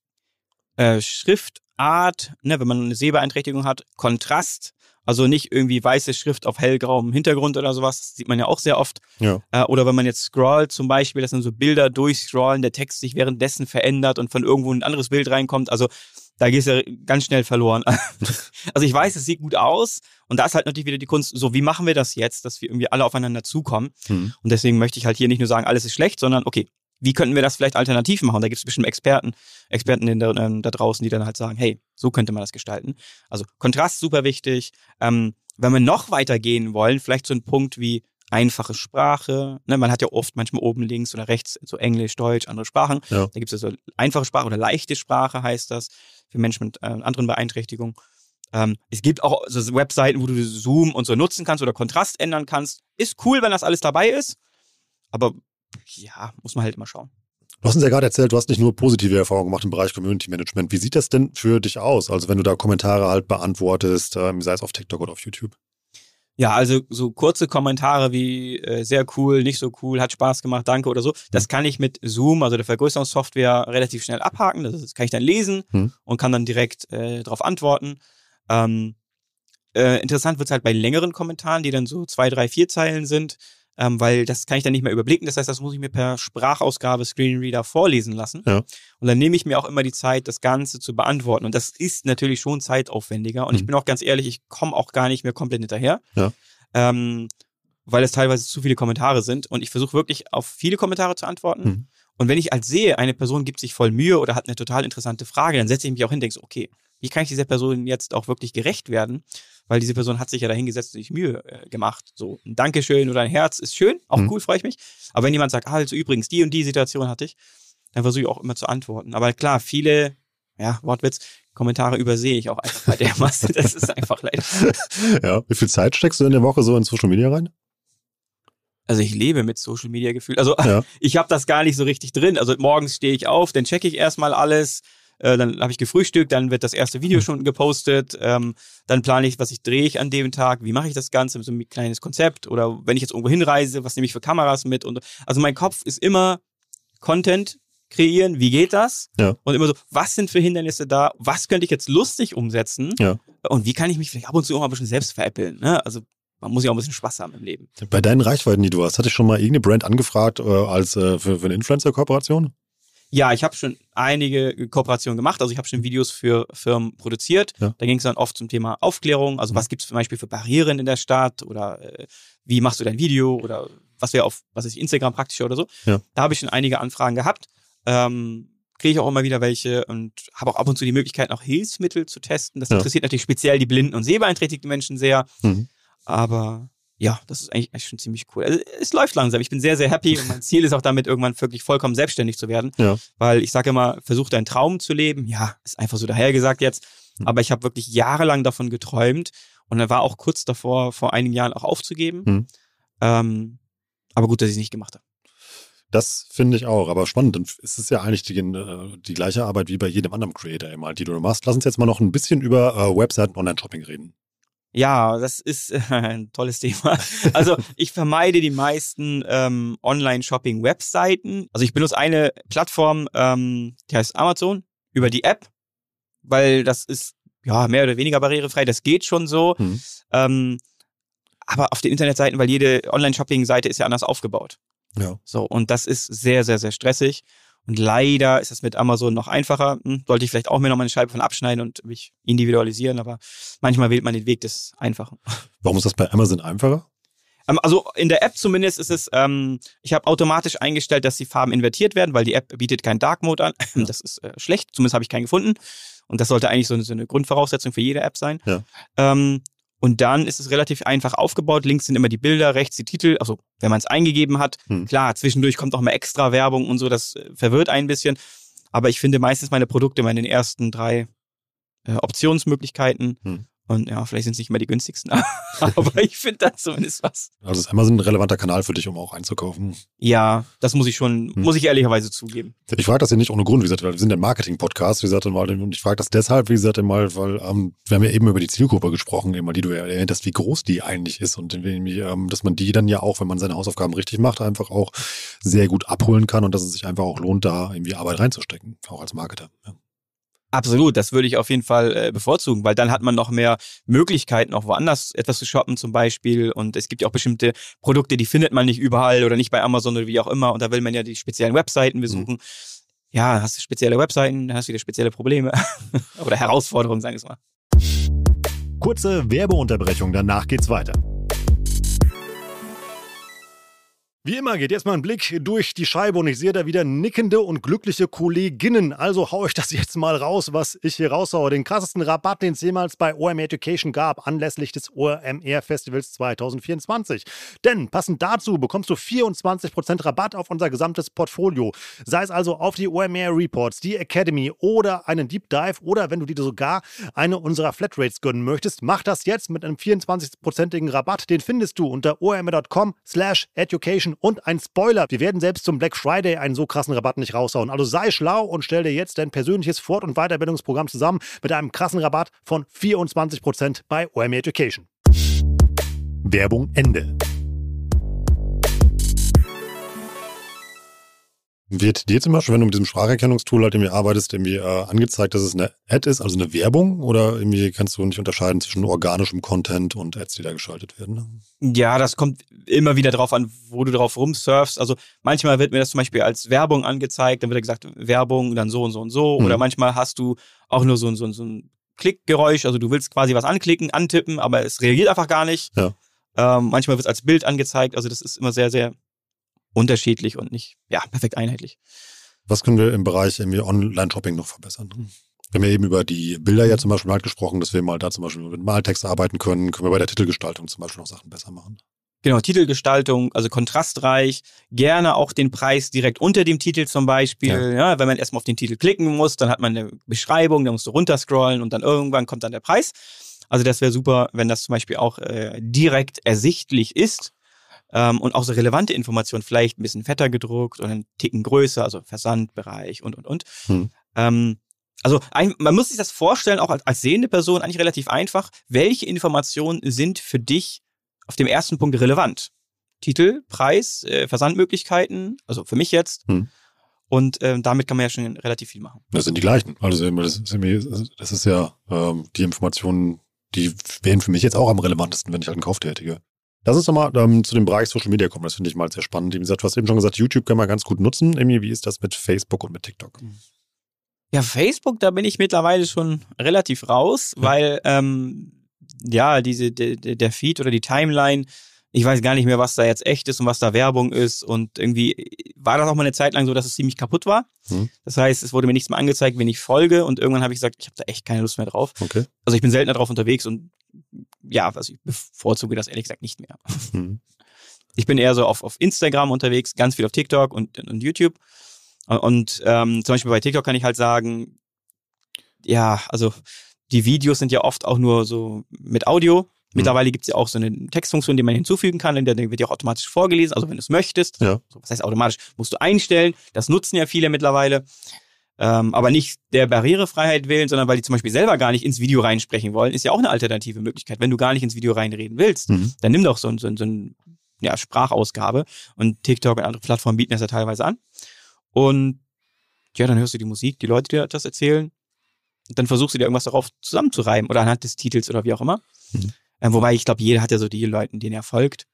Schriftart, ne, wenn man eine Sehbeeinträchtigung hat, Kontrast, also nicht irgendwie weiße Schrift auf hellgrauem Hintergrund oder sowas, das sieht man ja auch sehr oft. Oder wenn man jetzt scrollt zum Beispiel, dass dann so Bilder durchscrollen, der Text sich währenddessen verändert und von irgendwo ein anderes Bild reinkommt, also da gehst du ja ganz schnell verloren. Also ich weiß, es sieht gut aus und da ist halt natürlich wieder die Kunst, so wie machen wir das jetzt, dass wir irgendwie alle aufeinander zukommen. Und deswegen möchte ich halt hier nicht nur sagen, alles ist schlecht, sondern okay, wie könnten wir das vielleicht alternativ machen? Da gibt es bestimmt Experten da draußen, die dann halt sagen, hey, so könnte man das gestalten. Also Kontrast super wichtig. Wenn wir noch weiter gehen wollen, vielleicht so ein Punkt wie einfache Sprache. Ne? Man hat ja oft manchmal oben links oder rechts so Englisch, Deutsch, andere Sprachen. Da gibt es ja so einfache Sprache oder leichte Sprache heißt das für Menschen mit anderen Beeinträchtigungen. Es gibt auch so Webseiten, wo du Zoom und so nutzen kannst oder Kontrast ändern kannst. Ist cool, wenn das alles dabei ist, aber ja, muss man halt immer schauen.
Du hast uns ja gerade erzählt, du hast nicht nur positive Erfahrungen gemacht im Bereich Community Management. Wie sieht das denn für dich aus? Also wenn du da Kommentare halt beantwortest, sei es auf TikTok oder auf YouTube?
Ja, also so kurze Kommentare wie sehr cool, nicht so cool, hat Spaß gemacht, danke oder so. Das kann ich mit Zoom, also der Vergrößerungssoftware, relativ schnell abhaken. Das kann ich dann lesen und kann dann direkt darauf antworten. Interessant wird's halt bei längeren Kommentaren, die dann so 2, 3, 4 Zeilen sind, weil das kann ich dann nicht mehr überblicken. Das heißt, das muss ich mir per Sprachausgabe, Screenreader vorlesen lassen. Und dann nehme ich mir auch immer die Zeit, das Ganze zu beantworten. Und das ist natürlich schon zeitaufwendiger. Und ich bin auch ganz ehrlich, ich komme auch gar nicht mehr komplett hinterher. Weil es teilweise zu viele Kommentare sind. Und ich versuche wirklich auf viele Kommentare zu antworten. Und wenn ich halt sehe, eine Person gibt sich voll Mühe oder hat eine total interessante Frage, dann setze ich mich auch hin und denke so, okay, wie kann ich dieser Person jetzt auch wirklich gerecht werden? Weil diese Person hat sich ja da hingesetzt und sich Mühe gemacht. So ein Dankeschön oder ein Herz ist schön, auch cool, freue ich mich. Aber wenn jemand sagt, also übrigens, die und die Situation hatte ich, dann versuche ich auch immer zu antworten. Aber klar, viele Wortwitz, Kommentare übersehe ich auch einfach bei der Masse. Das ist einfach leider.
Ja, wie viel Zeit steckst du in der Woche so in Social Media rein?
Also ich lebe mit Social Media gefühlt. Also
Ja.
ich habe das gar nicht so richtig drin. Also morgens stehe ich auf, dann checke ich erstmal alles. Dann habe ich gefrühstückt, dann wird das erste Video schon gepostet. Dann plane ich, drehe ich an dem Tag, wie mache ich das Ganze, so ein kleines Konzept. Oder wenn ich jetzt irgendwo hinreise, was nehme ich für Kameras mit. Und also mein Kopf ist immer Content kreieren, wie geht das?
Ja.
Und immer so, was sind für Hindernisse da? Was könnte ich jetzt lustig umsetzen?
Ja.
Und wie kann ich mich vielleicht ab und zu auch mal ein bisschen selbst veräppeln? Ne? Also man muss ja auch ein bisschen Spaß haben im Leben.
Bei deinen Reichweiten, die du hast, hatte ich schon mal irgendeine Brand angefragt als für eine Influencer-Kooperation?
Ja, ich habe schon einige Kooperationen gemacht. Also ich habe schon Videos für Firmen produziert.
Ja.
Da ging es dann oft zum Thema Aufklärung. Also was gibt es zum Beispiel für Barrieren in der Stadt? Oder wie machst du dein Video? Oder was wäre auf, Instagram praktischer oder so.
Ja.
Da habe ich schon einige Anfragen gehabt. Kriege ich auch immer wieder welche und habe auch ab und zu die Möglichkeit, noch Hilfsmittel zu testen. Das interessiert natürlich speziell die blinden und sehbeeinträchtigten Menschen sehr.
Mhm.
Aber ja, das ist eigentlich schon ziemlich cool. Also, es läuft langsam. Ich bin sehr, sehr happy und mein Ziel ist auch damit, irgendwann wirklich vollkommen selbstständig zu werden. Ja. Weil ich sage immer, versuch deinen Traum zu leben. Ja, ist einfach so dahergesagt jetzt. Aber ich habe wirklich jahrelang davon geträumt und er war auch kurz davor, vor einigen Jahren auch aufzugeben. Aber gut, dass ich es nicht gemacht habe.
Das finde ich auch, aber spannend. Dann ist es ja eigentlich die gleiche Arbeit wie bei jedem anderen Creator immer, die du machst. Lass uns jetzt mal noch ein bisschen über Webseiten und Online-Shopping reden.
Ja, das ist ein tolles Thema. Also ich vermeide die meisten Online-Shopping-Webseiten. Also ich benutze eine Plattform, die heißt Amazon, über die App, weil das ist ja mehr oder weniger barrierefrei. Das geht schon so. Aber auf den Internetseiten, weil jede Online-Shopping-Seite ist ja anders aufgebaut.
Ja.
So, und das ist sehr, sehr, sehr stressig. Und leider ist es mit Amazon noch einfacher. Sollte ich vielleicht auch mir noch mal eine Scheibe von abschneiden und mich individualisieren, aber manchmal wählt man den Weg des Einfachen.
Warum ist das bei Amazon einfacher?
Also in der App zumindest ist es, ich habe automatisch eingestellt, dass die Farben invertiert werden, weil die App bietet keinen Dark Mode an. Das ist schlecht, zumindest habe ich keinen gefunden. Und das sollte eigentlich so eine Grundvoraussetzung für jede App sein. Ja. Und dann ist es relativ einfach aufgebaut. Links sind immer die Bilder, rechts die Titel. Also wenn man es eingegeben hat, klar, zwischendurch kommt auch mal extra Werbung und so, das verwirrt ein bisschen. Aber ich finde meistens meine Produkte in den ersten 3 Optionsmöglichkeiten. Und ja, vielleicht sind es nicht immer die günstigsten, aber ich finde da zumindest was.
Also ist Amazon ein relevanter Kanal für dich, um auch einzukaufen?
Ja, das muss ich ehrlicherweise zugeben.
Ich frage das ja nicht ohne Grund, wie gesagt, weil wir sind ein Marketing-Podcast, wie gesagt, und ich frage das deshalb, wie gesagt, mal, weil wir haben ja eben über die Zielgruppe gesprochen, die du ja erwähnt hast, wie groß die eigentlich ist und dass man die dann ja auch, wenn man seine Hausaufgaben richtig macht, einfach auch sehr gut abholen kann und dass es sich einfach auch lohnt, da irgendwie Arbeit reinzustecken, auch als Marketer. Ja.
Absolut, das würde ich auf jeden Fall bevorzugen, weil dann hat man noch mehr Möglichkeiten, auch woanders etwas zu shoppen zum Beispiel. Und es gibt ja auch bestimmte Produkte, die findet man nicht überall oder nicht bei Amazon oder wie auch immer. Und da will man ja die speziellen Webseiten besuchen. Ja, hast du spezielle Webseiten, dann hast du wieder spezielle Probleme oder Herausforderungen, sagen wir es mal.
Kurze Werbeunterbrechung, danach geht's weiter. Wie immer geht jetzt mal ein Blick durch die Scheibe und ich sehe da wieder nickende und glückliche Kolleginnen. Also hau ich das jetzt mal raus, was ich hier raushaue. Den krassesten Rabatt, den es jemals bei OMR Education gab, anlässlich des OMR Festivals 2024. Denn passend dazu bekommst du 24% Rabatt auf unser gesamtes Portfolio. Sei es also auf die OMR Reports, die Academy oder einen Deep Dive oder wenn du dir sogar eine unserer Flatrates gönnen möchtest, mach das jetzt mit einem 24%igen Rabatt. Den findest du unter omr.com/education. Und ein Spoiler, wir werden selbst zum Black Friday einen so krassen Rabatt nicht raushauen. Also sei schlau und stell dir jetzt dein persönliches Fort- und Weiterbildungsprogramm zusammen mit einem krassen Rabatt von 24% bei OMR Education. Werbung Ende. Wird dir zum Beispiel, wenn du mit diesem Spracherkennungstool halt irgendwie arbeitest, irgendwie angezeigt, dass es eine Ad ist, also eine Werbung? Oder irgendwie kannst du nicht unterscheiden zwischen organischem Content und Ads, die da geschaltet werden?
Ja, das kommt immer wieder drauf an, wo du drauf rumsurfst. Also manchmal wird mir das zum Beispiel als Werbung angezeigt, dann wird gesagt, Werbung, dann so und so und so. Oder manchmal hast du auch nur so ein Klickgeräusch, also du willst quasi was anklicken, antippen, aber es reagiert einfach gar nicht. Ja. Manchmal wird es als Bild angezeigt, also das ist immer sehr, sehr unterschiedlich und nicht perfekt einheitlich.
Was können wir im Bereich Online-Shopping noch verbessern? Wir haben ja eben über die Bilder ja zum Beispiel halt gesprochen, dass wir mal da zum Beispiel mit Maltext arbeiten können. Können wir bei der Titelgestaltung zum Beispiel noch Sachen besser machen?
Genau, Titelgestaltung, also kontrastreich, gerne auch den Preis direkt unter dem Titel zum Beispiel. Ja, wenn man erstmal auf den Titel klicken muss, dann hat man eine Beschreibung, dann musst du runterscrollen und dann irgendwann kommt dann der Preis. Also das wäre super, wenn das zum Beispiel auch direkt ersichtlich ist und auch so relevante Informationen, vielleicht ein bisschen fetter gedruckt oder einen Ticken größer, also Versandbereich und. Also man muss sich das vorstellen, auch als sehende Person eigentlich relativ einfach. Welche Informationen sind für dich auf dem ersten Punkt relevant? Titel, Preis, Versandmöglichkeiten, also für mich jetzt. Und damit kann man ja schon relativ viel machen.
Das sind die gleichen. Also das ist ja die Informationen, die wären für mich jetzt auch am relevantesten, wenn ich halt einen Kauf tätige. Lass uns nochmal zu dem Bereich Social Media kommen. Das finde ich mal sehr spannend. Wie gesagt, du hast eben schon gesagt, YouTube kann man ganz gut nutzen. Wie ist das mit Facebook und mit TikTok?
Ja, Facebook, da bin ich mittlerweile schon relativ raus, weil der Feed oder die Timeline, ich weiß gar nicht mehr, was da jetzt echt ist und was da Werbung ist, und irgendwie war das auch mal eine Zeit lang so, dass es ziemlich kaputt war. Das heißt, es wurde mir nichts mehr angezeigt, wenn ich folge, und irgendwann habe ich gesagt, ich habe da echt keine Lust mehr drauf. Okay. Also ich bin seltener drauf unterwegs und ja, also ich bevorzuge das ehrlich gesagt nicht mehr. Ich bin eher so auf Instagram unterwegs, ganz viel auf TikTok und YouTube. Und zum Beispiel bei TikTok kann ich halt sagen, ja, also die Videos sind ja oft auch nur so mit Audio. Mittlerweile gibt es ja auch so eine Textfunktion, die man hinzufügen kann, in der wird ja auch automatisch vorgelesen, also wenn du es möchtest. Ja. So, was heißt automatisch? Musst du einstellen. Das nutzen ja viele mittlerweile. Aber nicht der Barrierefreiheit willen, sondern weil die zum Beispiel selber gar nicht ins Video reinsprechen wollen, ist ja auch eine alternative Möglichkeit. Wenn du gar nicht ins Video reinreden willst, dann nimm doch so ein Sprachausgabe. Und TikTok und andere Plattformen bieten das ja teilweise an. Und ja, dann hörst du die Musik, die Leute dir das erzählen. Und dann versuchst du dir irgendwas darauf zusammenzureiben oder anhand des Titels oder wie auch immer. Wobei ich glaube, jeder hat ja so die Leute, denen er folgt.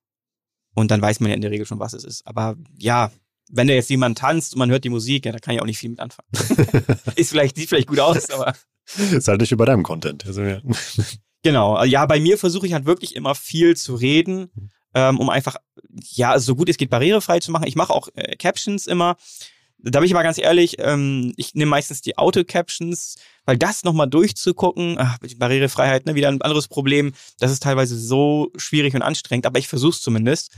Und dann weiß man ja in der Regel schon, was es ist. Aber ja, wenn da jetzt jemand tanzt und man hört die Musik, ja, da kann ich auch nicht viel mit anfangen. Sieht vielleicht gut aus, aber...
Ist halt nicht über deinem Content. Also, ja.
Genau. Ja, bei mir versuche ich halt wirklich immer viel zu reden, um einfach, ja, so gut es geht, barrierefrei zu machen. Ich mache auch Captions immer. Da bin ich aber ganz ehrlich, ich nehme meistens die Auto-Captions, weil das nochmal durchzugucken, die Barrierefreiheit, wieder ein anderes Problem, das ist teilweise so schwierig und anstrengend, aber ich versuche es zumindest,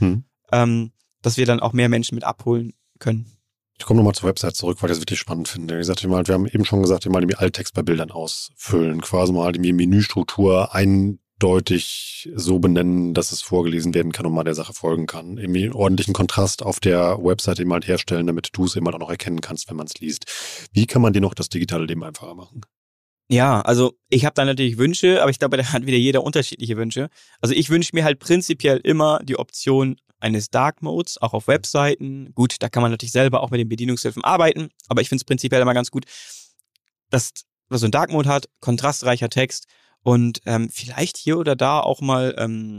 dass wir dann auch mehr Menschen mit abholen können.
Ich komme nochmal zur Website zurück, weil ich das wirklich spannend finde. Wie gesagt, wir haben eben schon gesagt, wir mal die Alttext bei Bildern ausfüllen, quasi mal die Menüstruktur eindeutig so benennen, dass es vorgelesen werden kann und man der Sache folgen kann. Irgendwie einen ordentlichen Kontrast auf der Website eben halt herstellen, damit du es eben halt auch noch erkennen kannst, wenn man es liest. Wie kann man dir noch das digitale Leben einfacher machen?
Ja, also ich habe da natürlich Wünsche, aber ich glaube, da hat wieder jeder unterschiedliche Wünsche. Also ich wünsche mir halt prinzipiell immer die Option eines Dark Modes, auch auf Webseiten. Gut, da kann man natürlich selber auch mit den Bedienungshilfen arbeiten, aber ich finde es prinzipiell immer ganz gut, dass man so einen Dark Mode hat, kontrastreicher Text und vielleicht hier oder da auch mal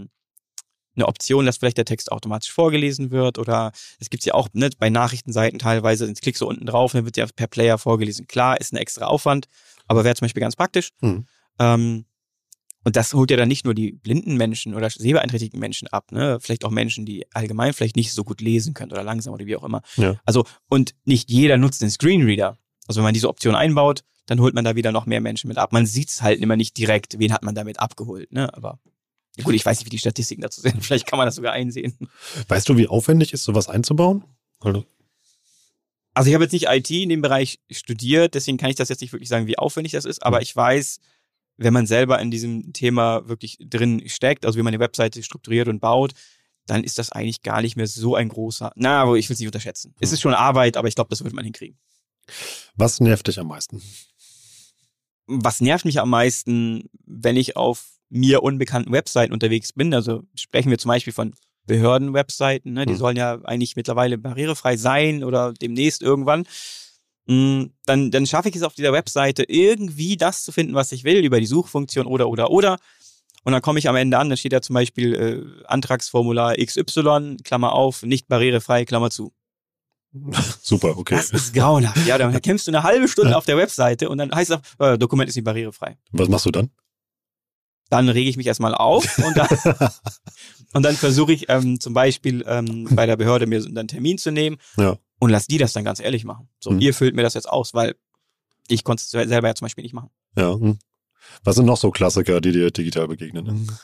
eine Option, dass vielleicht der Text automatisch vorgelesen wird, oder es gibt's ja auch bei Nachrichtenseiten teilweise, jetzt klickst du unten drauf, dann wird ja per Player vorgelesen. Klar, ist ein extra Aufwand, aber wäre zum Beispiel ganz praktisch. Und das holt ja dann nicht nur die blinden Menschen oder sehbeeinträchtigten Menschen ab, ne? Vielleicht auch Menschen, die allgemein vielleicht nicht so gut lesen können oder langsam oder wie auch immer. Ja. Also, und nicht jeder nutzt den Screenreader. Also wenn man diese Option einbaut, dann holt man da wieder noch mehr Menschen mit ab. Man sieht's halt immer nicht direkt, wen hat man damit abgeholt, ne? Aber gut, ich weiß nicht, wie die Statistiken dazu sind. Vielleicht kann man das sogar einsehen.
Weißt du, wie aufwendig ist, sowas einzubauen?
Also ich habe jetzt nicht IT in dem Bereich studiert, deswegen kann ich das jetzt nicht wirklich sagen, wie aufwendig das ist, aber ich weiß, wenn man selber in diesem Thema wirklich drin steckt, also wie man eine Webseite strukturiert und baut, dann ist das eigentlich gar nicht mehr so ein großer, aber ich will es nicht unterschätzen. Es ist schon Arbeit, aber ich glaube, das wird man hinkriegen.
Was nervt dich am meisten?
Was nervt mich am meisten, wenn ich auf mir unbekannten Webseiten unterwegs bin? Also sprechen wir zum Beispiel von Behörden-Webseiten, ne? Die sollen ja eigentlich mittlerweile barrierefrei sein oder demnächst irgendwann. Dann schaffe ich es auf dieser Webseite irgendwie das zu finden, was ich will, über die Suchfunktion oder. Und dann komme ich am Ende an, dann steht da zum Beispiel Antragsformular XY, Klammer auf, nicht barrierefrei, Klammer zu.
Super, okay.
Das ist grauenhaft. Ja, dann kämpfst du eine halbe Stunde auf der Webseite und dann heißt es, Dokument ist nicht barrierefrei.
Was machst du dann?
Dann rege ich mich erstmal auf und dann versuche ich zum Beispiel bei der Behörde mir einen Termin zu nehmen. Ja. Und lass die das dann ganz ehrlich machen. So, ihr füllt mir das jetzt aus, weil ich konnte es selber ja zum Beispiel nicht machen.
Ja. Was sind noch so Klassiker, die dir digital begegnen?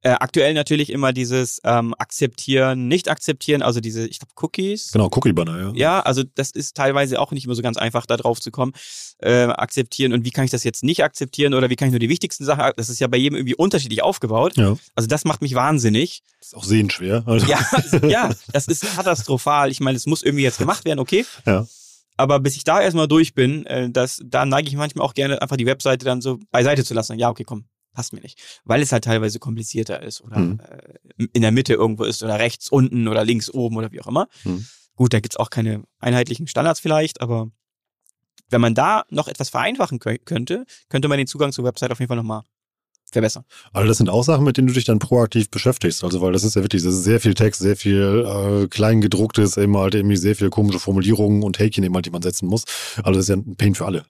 Aktuell natürlich immer dieses Akzeptieren, nicht akzeptieren, also diese, ich glaube, Cookies.
Genau, Cookie-Banner, ja.
Ja, also das ist teilweise auch nicht immer so ganz einfach, da drauf zu kommen. Akzeptieren und wie kann ich das jetzt nicht akzeptieren oder wie kann ich nur die wichtigsten Sachen, das ist ja bei jedem irgendwie unterschiedlich aufgebaut.
Ja.
Also das macht mich wahnsinnig.
Das ist auch sehenschwer. Also.
Ja, das ist katastrophal. Ich meine, es muss irgendwie jetzt gemacht werden, okay.
Ja.
Aber bis ich da erstmal durch bin, da neige ich manchmal auch gerne, einfach die Webseite dann so beiseite zu lassen. Ja, okay, komm. Passt mir nicht. Weil es halt teilweise komplizierter ist oder in der Mitte irgendwo ist oder rechts unten oder links oben oder wie auch immer. Gut, da gibt's auch keine einheitlichen Standards vielleicht, aber wenn man da noch etwas vereinfachen könnte man den Zugang zur Website auf jeden Fall nochmal verbessern.
Also das sind auch Sachen, mit denen du dich dann proaktiv beschäftigst. Also weil das ist ja wirklich, das ist sehr viel Text, sehr viel Kleingedrucktes, eben halt irgendwie sehr viel komische Formulierungen und Häkchen eben halt, die man setzen muss. Also das ist ja ein Pain für alle.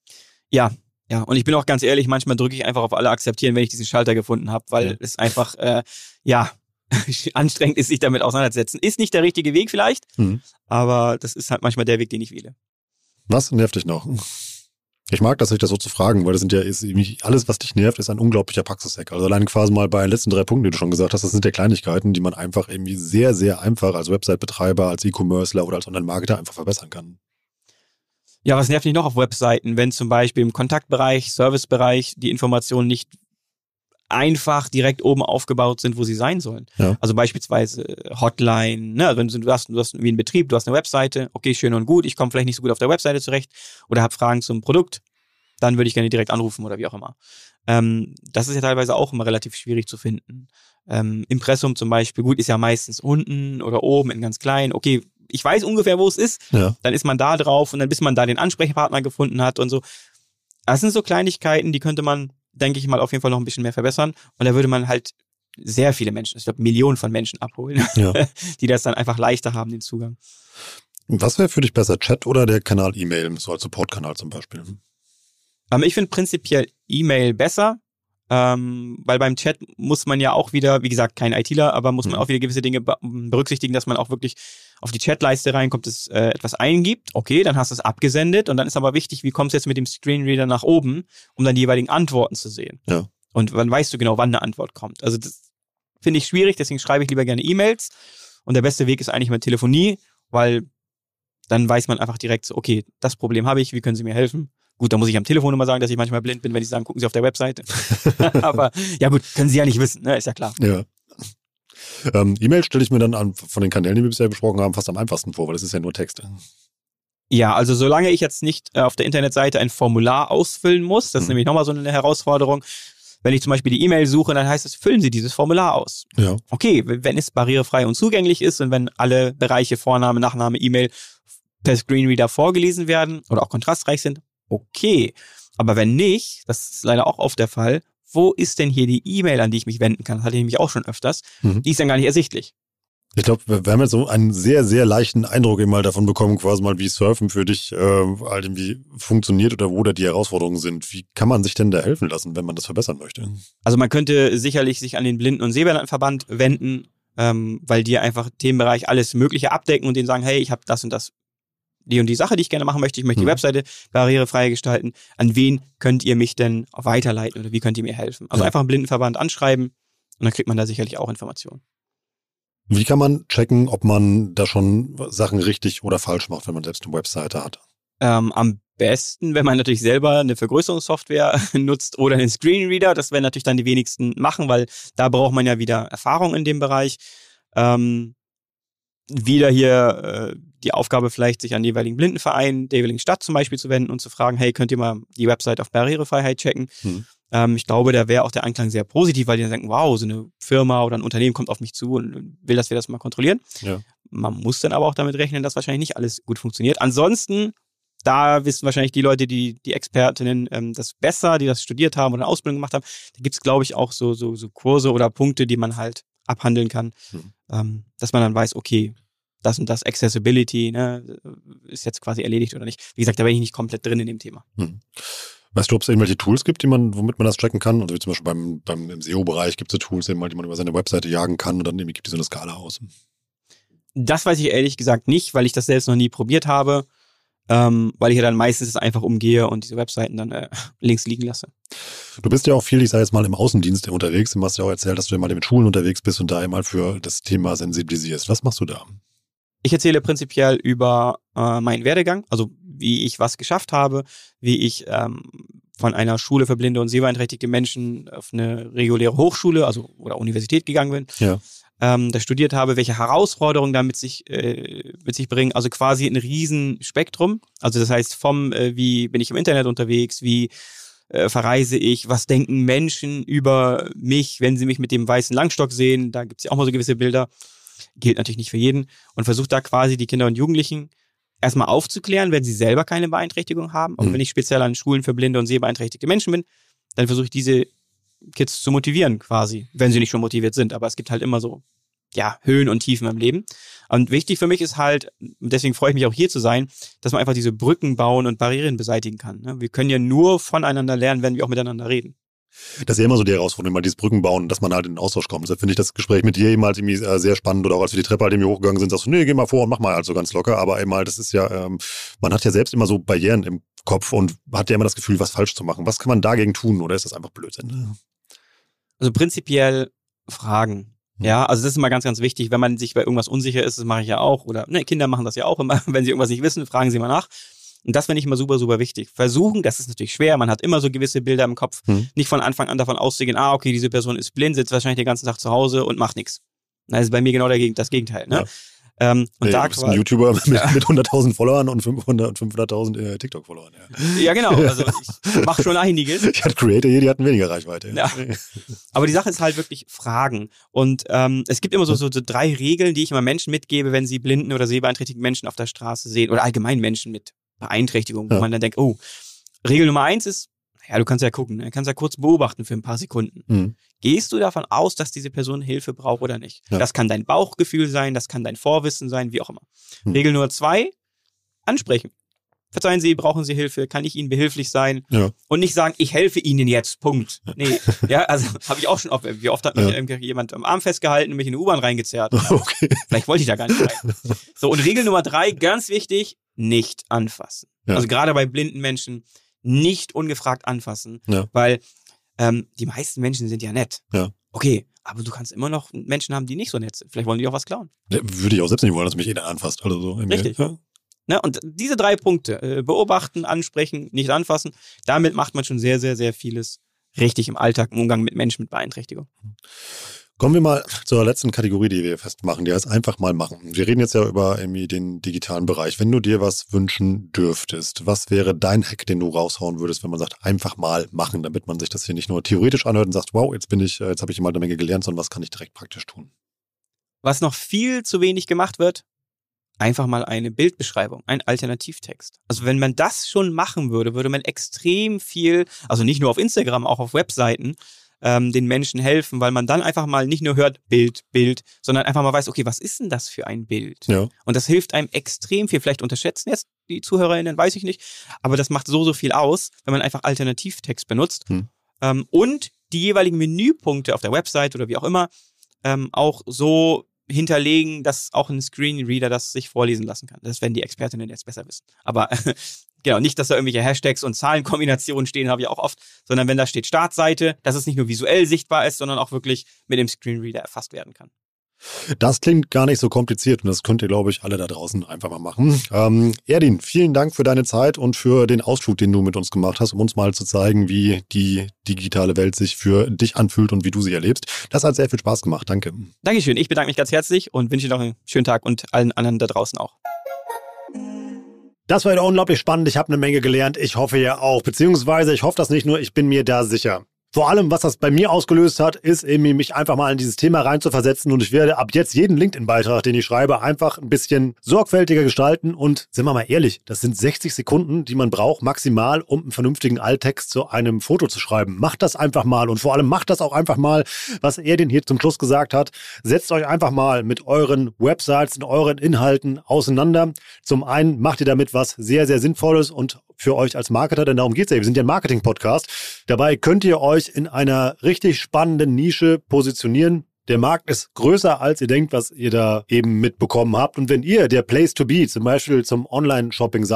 Ja, und ich bin auch ganz ehrlich, manchmal drücke ich einfach auf alle akzeptieren, wenn ich diesen Schalter gefunden habe, weil es einfach, anstrengend ist, sich damit auseinanderzusetzen. Ist nicht der richtige Weg vielleicht, aber das ist halt manchmal der Weg, den ich wähle.
Was nervt dich noch? Ich mag das, sich das so zu fragen, weil das sind ja, alles, was dich nervt, ist ein unglaublicher Praxishack. Also allein quasi mal bei den letzten 3 Punkten, die du schon gesagt hast, das sind ja Kleinigkeiten, die man einfach irgendwie sehr, sehr einfach als Website-Betreiber, als E-Commercer oder als Online-Marketer einfach verbessern kann.
Ja, was nervt mich noch auf Webseiten, wenn zum Beispiel im Kontaktbereich, Servicebereich die Informationen nicht einfach direkt oben aufgebaut sind, wo sie sein sollen. Ja. Also beispielsweise Hotline, ne? Wenn du hast wie einen Betrieb, du hast eine Webseite, okay, schön und gut, ich komme vielleicht nicht so gut auf der Webseite zurecht oder habe Fragen zum Produkt, dann würde ich gerne direkt anrufen oder wie auch immer. Das ist ja teilweise auch immer relativ schwierig zu finden. Impressum zum Beispiel, gut, ist ja meistens unten oder oben in ganz klein, okay, ich weiß ungefähr, wo es ist, dann ist man da drauf und dann bis man da den Ansprechpartner gefunden hat und so. Das sind so Kleinigkeiten, die könnte man, denke ich mal, auf jeden Fall noch ein bisschen mehr verbessern und da würde man halt sehr viele Menschen, ich glaube Millionen von Menschen abholen, die das dann einfach leichter haben, den Zugang.
Was wäre für dich besser, Chat oder der Kanal E-Mail, so als Support-Kanal zum Beispiel?
Ich finde prinzipiell E-Mail besser, weil beim Chat muss man ja auch wieder, wie gesagt, kein ITler, aber muss man auch wieder gewisse Dinge berücksichtigen, dass man auch wirklich auf die Chatleiste reinkommt, es etwas eingibt, okay, dann hast du es abgesendet und dann ist aber wichtig, wie kommst du jetzt mit dem Screenreader nach oben, um dann die jeweiligen Antworten zu sehen. Ja. Und wann weißt du genau, wann eine Antwort kommt. Also das finde ich schwierig, deswegen schreibe ich lieber gerne E-Mails und der beste Weg ist eigentlich mal Telefonie, weil dann weiß man einfach direkt so, okay, das Problem habe ich, wie können Sie mir helfen? Gut, da muss ich am Telefon immer sagen, dass ich manchmal blind bin, wenn die sagen, gucken Sie auf der Webseite. Aber ja gut, können Sie ja nicht wissen, ne? Ist ja klar.
Ja. E-Mail stelle ich mir dann von den Kanälen, die wir bisher besprochen haben, fast am einfachsten vor, weil das ist ja nur Text.
Ja, also solange ich jetzt nicht auf der Internetseite ein Formular ausfüllen muss, das ist nämlich nochmal so eine Herausforderung. Wenn ich zum Beispiel die E-Mail suche, dann heißt es, füllen Sie dieses Formular aus. Ja. Okay, wenn es barrierefrei und zugänglich ist und wenn alle Bereiche Vorname, Nachname, E-Mail per Screenreader vorgelesen werden oder auch kontrastreich sind, okay. Aber wenn nicht, das ist leider auch oft der Fall, wo ist denn hier die E-Mail, an die ich mich wenden kann? Das hatte ich nämlich auch schon öfters. Die ist dann gar nicht ersichtlich.
Ich glaube, wir haben jetzt so einen sehr, sehr leichten Eindruck eben mal davon bekommen, quasi mal, wie Surfen für dich halt irgendwie funktioniert oder wo da die Herausforderungen sind. Wie kann man sich denn da helfen lassen, wenn man das verbessern möchte? Also
man könnte sicherlich sich an den Blinden- und Sehbehindertenverband wenden, weil die einfach Themenbereich alles Mögliche abdecken und denen sagen, hey, ich habe das und das, die und die Sache, die ich gerne machen möchte, ich möchte die Webseite barrierefrei gestalten. An wen könnt ihr mich denn weiterleiten oder wie könnt ihr mir helfen? Also einfach einen Blindenverband anschreiben und dann kriegt man da sicherlich auch Informationen.
Wie kann man checken, ob man da schon Sachen richtig oder falsch macht, wenn man selbst eine Webseite hat?
Am besten, wenn man natürlich selber eine Vergrößerungssoftware nutzt oder einen Screenreader. Das werden natürlich dann die wenigsten machen, weil da braucht man ja wieder Erfahrung in dem Bereich. Wieder hier die Aufgabe vielleicht, sich an den jeweiligen Blindenverein der jeweiligen Stadt zum Beispiel zu wenden und zu fragen, hey, könnt ihr mal die Website auf Barrierefreiheit checken? Ich glaube, da wäre auch der Anklang sehr positiv, weil die dann denken, wow, so eine Firma oder ein Unternehmen kommt auf mich zu und will, dass wir das mal kontrollieren. Ja. Man muss dann aber auch damit rechnen, dass wahrscheinlich nicht alles gut funktioniert. Ansonsten, da wissen wahrscheinlich die Leute, die Expertinnen das besser, die das studiert haben oder eine Ausbildung gemacht haben. Da gibt's, glaube ich, auch so Kurse oder Punkte, die man halt abhandeln kann, dass man dann weiß, okay, das und das Accessibility, ne, ist jetzt quasi erledigt oder nicht. Wie gesagt, da bin ich nicht komplett drin in dem Thema.
Weißt du, ob es irgendwelche Tools gibt, womit man das tracken kann? Also wie zum Beispiel im SEO-Bereich gibt es Tools, die man über seine Webseite jagen kann und dann irgendwie gibt es so eine Skala aus.
Das weiß ich ehrlich gesagt nicht, weil ich das selbst noch nie probiert habe. weil ich ja dann meistens es einfach umgehe und diese Webseiten dann links liegen lasse.
Du bist ja auch viel, ich sage jetzt mal, im Außendienst unterwegs. Du hast ja auch erzählt, dass du ja mal mit Schulen unterwegs bist und da einmal für das Thema sensibilisierst. Was machst du da?
Ich erzähle prinzipiell über meinen Werdegang, also wie ich was geschafft habe, wie ich von einer Schule für blinde und sehbeeinträchtigte Menschen auf eine reguläre Hochschule, also oder Universität gegangen bin, da studiert habe, welche Herausforderungen da mit sich bringen, also quasi ein Riesenspektrum. Also das heißt wie bin ich im Internet unterwegs, wie verreise ich, was denken Menschen über mich, wenn sie mich mit dem weißen Langstock sehen, da gibt es ja auch mal so gewisse Bilder, gilt natürlich nicht für jeden, und versucht da quasi die Kinder und Jugendlichen erstmal aufzuklären, wenn sie selber keine Beeinträchtigung haben. Und wenn ich speziell an Schulen für blinde und sehbeeinträchtigte Menschen bin, dann versuche ich diese Kids zu motivieren quasi, wenn sie nicht schon motiviert sind. Aber es gibt halt immer so, Höhen und Tiefen im Leben. Und wichtig für mich ist halt, deswegen freue ich mich auch hier zu sein, dass man einfach diese Brücken bauen und Barrieren beseitigen kann. Ne? Wir können ja nur voneinander lernen, wenn wir auch miteinander reden.
Das ist ja immer so die Herausforderung, mal dieses Brücken bauen, dass man halt in den Austausch kommt. Deshalb finde ich das Gespräch mit dir eben halt irgendwie sehr spannend. Oder auch als wir die Treppe halt irgendwie hochgegangen sind, sagst du, nee, geh mal vor und mach mal halt so ganz locker. Aber eben halt, das ist ja, man hat ja selbst immer so Barrieren im Kopf und hat ja immer das Gefühl, was falsch zu machen. Was kann man dagegen tun, oder ist das einfach Blödsinn?
Also prinzipiell Fragen. Ja, also das ist immer ganz, ganz wichtig, wenn man sich bei irgendwas unsicher ist, das mache ich ja auch. Oder Kinder machen das ja auch immer, wenn sie irgendwas nicht wissen, fragen sie mal nach. Und das finde ich immer super, super wichtig. Versuchen, das ist natürlich schwer, man hat immer so gewisse Bilder im Kopf, nicht von Anfang an davon auszugehen, okay, diese Person ist blind, sitzt wahrscheinlich den ganzen Tag zu Hause und macht nichts. Das ist bei mir genau das Gegenteil. Ne?
Ja. Und da du bist ein YouTuber mit 100.000 Followern und 500.000 TikTok-Followern.
Ja, genau. Also ich mache schon einiges.
Ich hatte Creator hier, die hatten weniger Reichweite.
Ja. Aber die Sache ist halt wirklich Fragen. Und es gibt immer so 3 Regeln, die ich immer Menschen mitgebe, wenn sie blinden oder sehbeeinträchtigten Menschen auf der Straße sehen oder allgemein Menschen mit Beeinträchtigung, wo man dann denkt, Regel Nummer 1 ist, du kannst ja gucken, du kannst ja kurz beobachten für ein paar Sekunden. Gehst du davon aus, dass diese Person Hilfe braucht oder nicht? Ja. Das kann dein Bauchgefühl sein, das kann dein Vorwissen sein, wie auch immer. Regel Nummer 2, ansprechen. Verzeihen Sie, brauchen Sie Hilfe? Kann ich Ihnen behilflich sein? Ja. Und nicht sagen, ich helfe Ihnen jetzt, Punkt. Nee, also habe ich auch schon oft. Wie oft hat mich jemand am Arm festgehalten und mich in die U-Bahn reingezerrt? Okay. Vielleicht wollte ich da gar nicht rein. So, und Regel Nummer 3, ganz wichtig, nicht anfassen. Ja. Also gerade bei blinden Menschen nicht ungefragt anfassen, weil die meisten Menschen sind ja nett. Ja. Okay, aber du kannst immer noch Menschen haben, die nicht so nett sind. Vielleicht wollen die auch was klauen.
Ja, würde ich auch selbst nicht wollen, dass mich jeder anfasst. Also so.
Richtig. Ja. Ne, und diese 3 Punkte, beobachten, ansprechen, nicht anfassen, damit macht man schon sehr, sehr, sehr vieles richtig im Alltag, im Umgang mit Menschen mit Beeinträchtigung.
Kommen wir mal zur letzten Kategorie, die wir festmachen, die heißt einfach mal machen. Wir reden jetzt ja über irgendwie den digitalen Bereich. Wenn du dir was wünschen dürftest, was wäre dein Hack, den du raushauen würdest, wenn man sagt, einfach mal machen, damit man sich das hier nicht nur theoretisch anhört und sagt, wow, jetzt habe ich mal eine Menge gelernt, sondern was kann ich direkt praktisch tun?
Was noch viel zu wenig gemacht wird, einfach mal eine Bildbeschreibung, ein Alternativtext. Also wenn man das schon machen würde, würde man extrem viel, also nicht nur auf Instagram, auch auf Webseiten, den Menschen helfen, weil man dann einfach mal nicht nur hört Bild, sondern einfach mal weiß, okay, was ist denn das für ein Bild? Ja. Und das hilft einem extrem viel. Vielleicht unterschätzen jetzt die ZuhörerInnen, weiß ich nicht, aber das macht so viel aus, wenn man einfach Alternativtext benutzt und die jeweiligen Menüpunkte auf der Website oder wie auch immer auch so hinterlegen, dass auch ein Screenreader das sich vorlesen lassen kann. Das werden die Expertinnen jetzt besser wissen. Aber genau, nicht, dass da irgendwelche Hashtags und Zahlenkombinationen stehen, habe ich auch oft, sondern wenn da steht Startseite, dass es nicht nur visuell sichtbar ist, sondern auch wirklich mit dem Screenreader erfasst werden kann.
Das klingt gar nicht so kompliziert und das könnt ihr, glaube ich, alle da draußen einfach mal machen. Erdin, vielen Dank für deine Zeit und für den Ausflug, den du mit uns gemacht hast, um uns mal zu zeigen, wie die digitale Welt sich für dich anfühlt und wie du sie erlebst. Das hat sehr viel Spaß gemacht. Danke.
Dankeschön. Ich bedanke mich ganz herzlich und wünsche dir noch einen schönen Tag und allen anderen da draußen auch.
Das war wieder unglaublich spannend. Ich habe eine Menge gelernt. Ich hoffe ja auch. Beziehungsweise, ich hoffe das nicht nur, ich bin mir da sicher. Vor allem, was das bei mir ausgelöst hat, ist eben, mich einfach mal in dieses Thema reinzuversetzen und ich werde ab jetzt jeden LinkedIn-Beitrag, den ich schreibe, einfach ein bisschen sorgfältiger gestalten und sind wir mal ehrlich, das sind 60 Sekunden, die man braucht maximal, um einen vernünftigen Alttext zu einem Foto zu schreiben. Macht das einfach mal und vor allem macht das auch einfach mal, was er denn hier zum Schluss gesagt hat. Setzt euch einfach mal mit euren Websites und euren Inhalten auseinander. Zum einen macht ihr damit was sehr, sehr Sinnvolles und für euch als Marketer, denn darum geht's ja. Wir sind ja ein Marketing-Podcast. Dabei könnt ihr euch in einer richtig spannenden Nische positionieren. Der Markt ist größer, als ihr denkt, was ihr da eben mitbekommen habt. Und wenn ihr der Place to be, zum Beispiel zum Online-Shopping seid,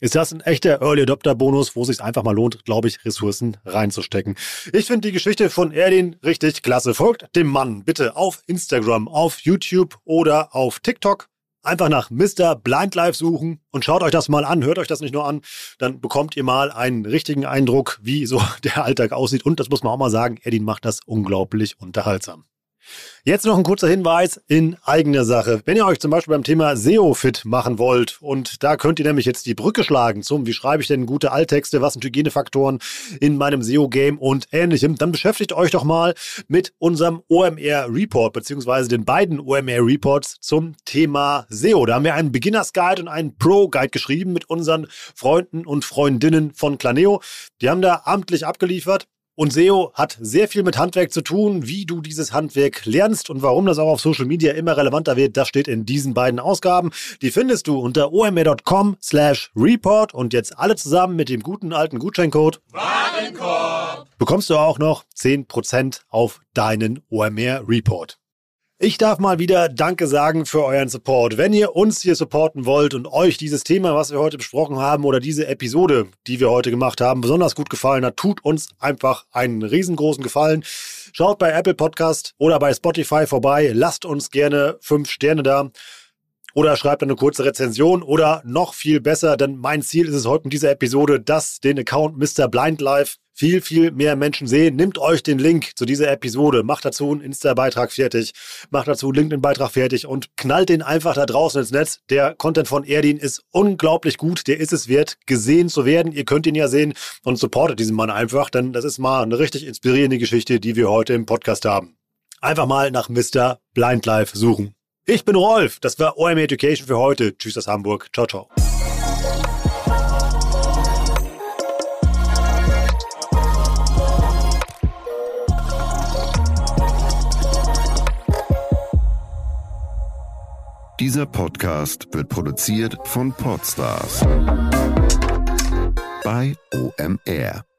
ist das ein echter Early Adopter Bonus, wo es sich einfach mal lohnt, glaube ich, Ressourcen reinzustecken. Ich finde die Geschichte von Erdin richtig klasse. Folgt dem Mann bitte auf Instagram, auf YouTube oder auf TikTok. Einfach nach Mr. Blind Life suchen und schaut euch das mal an, hört euch das nicht nur an, dann bekommt ihr mal einen richtigen Eindruck, wie so der Alltag aussieht. Und das muss man auch mal sagen, Erdin macht das unglaublich unterhaltsam. Jetzt noch ein kurzer Hinweis in eigener Sache. Wenn ihr euch zum Beispiel beim Thema SEO fit machen wollt, und da könnt ihr nämlich jetzt die Brücke schlagen zum, wie schreibe ich denn gute Alttexte, was sind Hygienefaktoren in meinem SEO-Game und Ähnlichem, dann beschäftigt euch doch mal mit unserem OMR-Report, beziehungsweise den beiden OMR-Reports zum Thema SEO. Da haben wir einen Beginners Guide und einen Pro-Guide geschrieben mit unseren Freunden und Freundinnen von Planeo. Die haben da amtlich abgeliefert. Und SEO hat sehr viel mit Handwerk zu tun, wie du dieses Handwerk lernst und warum das auch auf Social Media immer relevanter wird, das steht in diesen beiden Ausgaben. Die findest du unter omr.com/report und jetzt alle zusammen mit dem guten alten Gutscheincode Warenkorb bekommst du auch noch 10% auf deinen OMR Report. Ich darf mal wieder Danke sagen für euren Support. Wenn ihr uns hier supporten wollt und euch dieses Thema, was wir heute besprochen haben oder diese Episode, die wir heute gemacht haben, besonders gut gefallen hat, tut uns einfach einen riesengroßen Gefallen. Schaut bei Apple Podcast oder bei Spotify vorbei, lasst uns gerne 5 Sterne da oder schreibt eine kurze Rezension oder noch viel besser, denn mein Ziel ist es heute mit dieser Episode, dass den Account Mr. Blind Life viel mehr Menschen sehen. Nehmt euch den Link zu dieser Episode, macht dazu einen Insta-Beitrag fertig, macht dazu einen LinkedIn-Beitrag fertig und knallt den einfach da draußen ins Netz. Der Content von Erdin ist unglaublich gut, der ist es wert, gesehen zu werden. Ihr könnt ihn ja sehen und supportet diesen Mann einfach, denn das ist mal eine richtig inspirierende Geschichte, die wir heute im Podcast haben. Einfach mal nach Mr. Blind Life suchen. Ich bin Rolf, das war OMR Education für heute. Tschüss aus Hamburg. Ciao, ciao.
Dieser Podcast wird produziert von Podstars bei OMR.